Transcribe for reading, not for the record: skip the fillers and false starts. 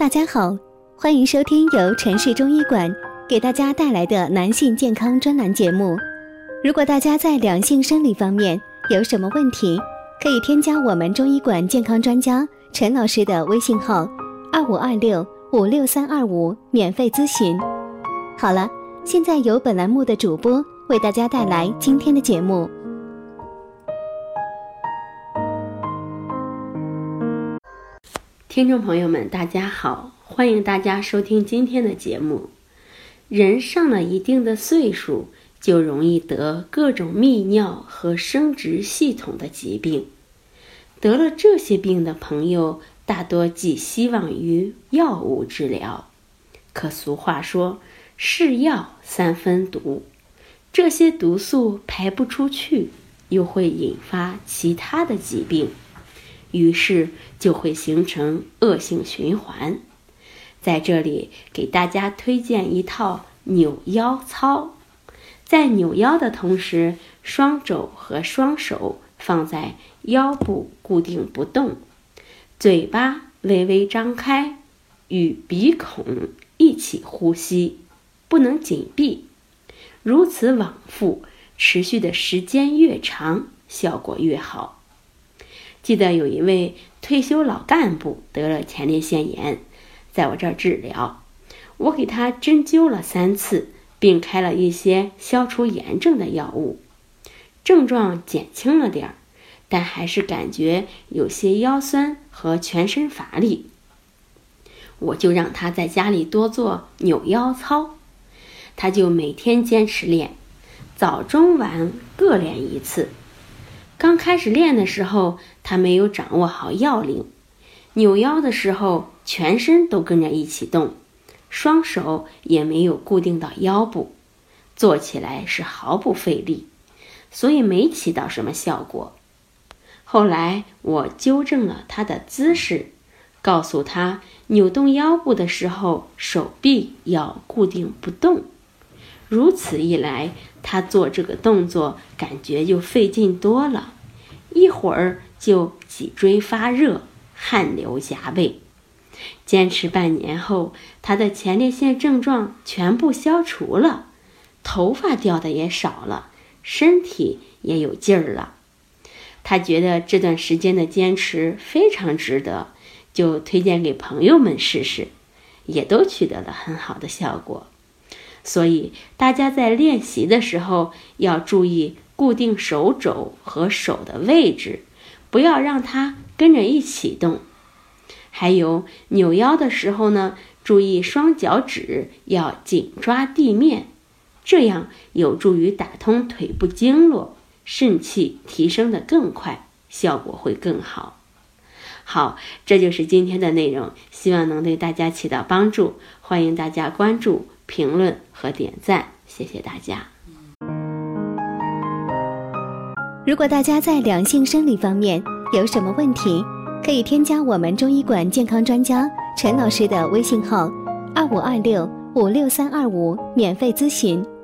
大家好，欢迎收听由城市中医馆给大家带来的男性健康专栏节目。如果大家在两性生理方面有什么问题，可以添加我们中医馆健康专家陈老师的微信号2526-56325免费咨询。好了，现在由本栏目的主播为大家带来今天的节目。 听众朋友们，大家好，欢迎大家收听今天的节目。人上了一定的岁数，就容易得各种泌尿和生殖系统的疾病。得了这些病的朋友，大多寄希望于药物治疗。可俗话说，是药三分毒，这些毒素排不出去，又会引发其他的疾病。于是就会形成恶性循环。在这里给大家推荐一套扭腰操。在扭腰的同时，双肘和双手放在腰部固定不动，嘴巴微微张开，与鼻孔一起呼吸，不能紧闭。如此往复，持续的时间越长，效果越好。记得有一位退休老干部得了前列腺炎，在我这儿治疗，我给他针灸了3次，并开了一些消除炎症的药物，症状减轻了点儿，但还是感觉有些腰酸和全身乏力。我就让他在家里多做扭腰操，他就每天坚持练，早中晚各练1次。刚开始练的时候，他没有掌握好要领，扭腰的时候全身都跟着一起动，双手也没有固定到腰部，做起来是毫不费力，所以没起到什么效果。后来我纠正了他的姿势，告诉他扭动腰部的时候手臂要固定不动，如此一来，他做这个动作感觉就费劲多了，一会儿就脊椎发热，汗流浃背。坚持半年后，他的前列腺症状全部消除了，头发掉的也少了，身体也有劲儿了。他觉得这段时间的坚持非常值得，就推荐给朋友们试试，也都取得了很好的效果。所以大家在练习的时候要注意固定手肘和手的位置，不要让它跟着一起动。还有扭腰的时候呢，注意双脚趾要紧抓地面，这样有助于打通腿部经络，肾气提升得更快，效果会更好。好，这就是今天的内容，希望能对大家起到帮助，欢迎大家关注、评论和点赞，谢谢大家。 如果大家在两性生理方面有什么问题，可以添加我们中医馆健康专家陈老师的微信号2526-56325免费咨询。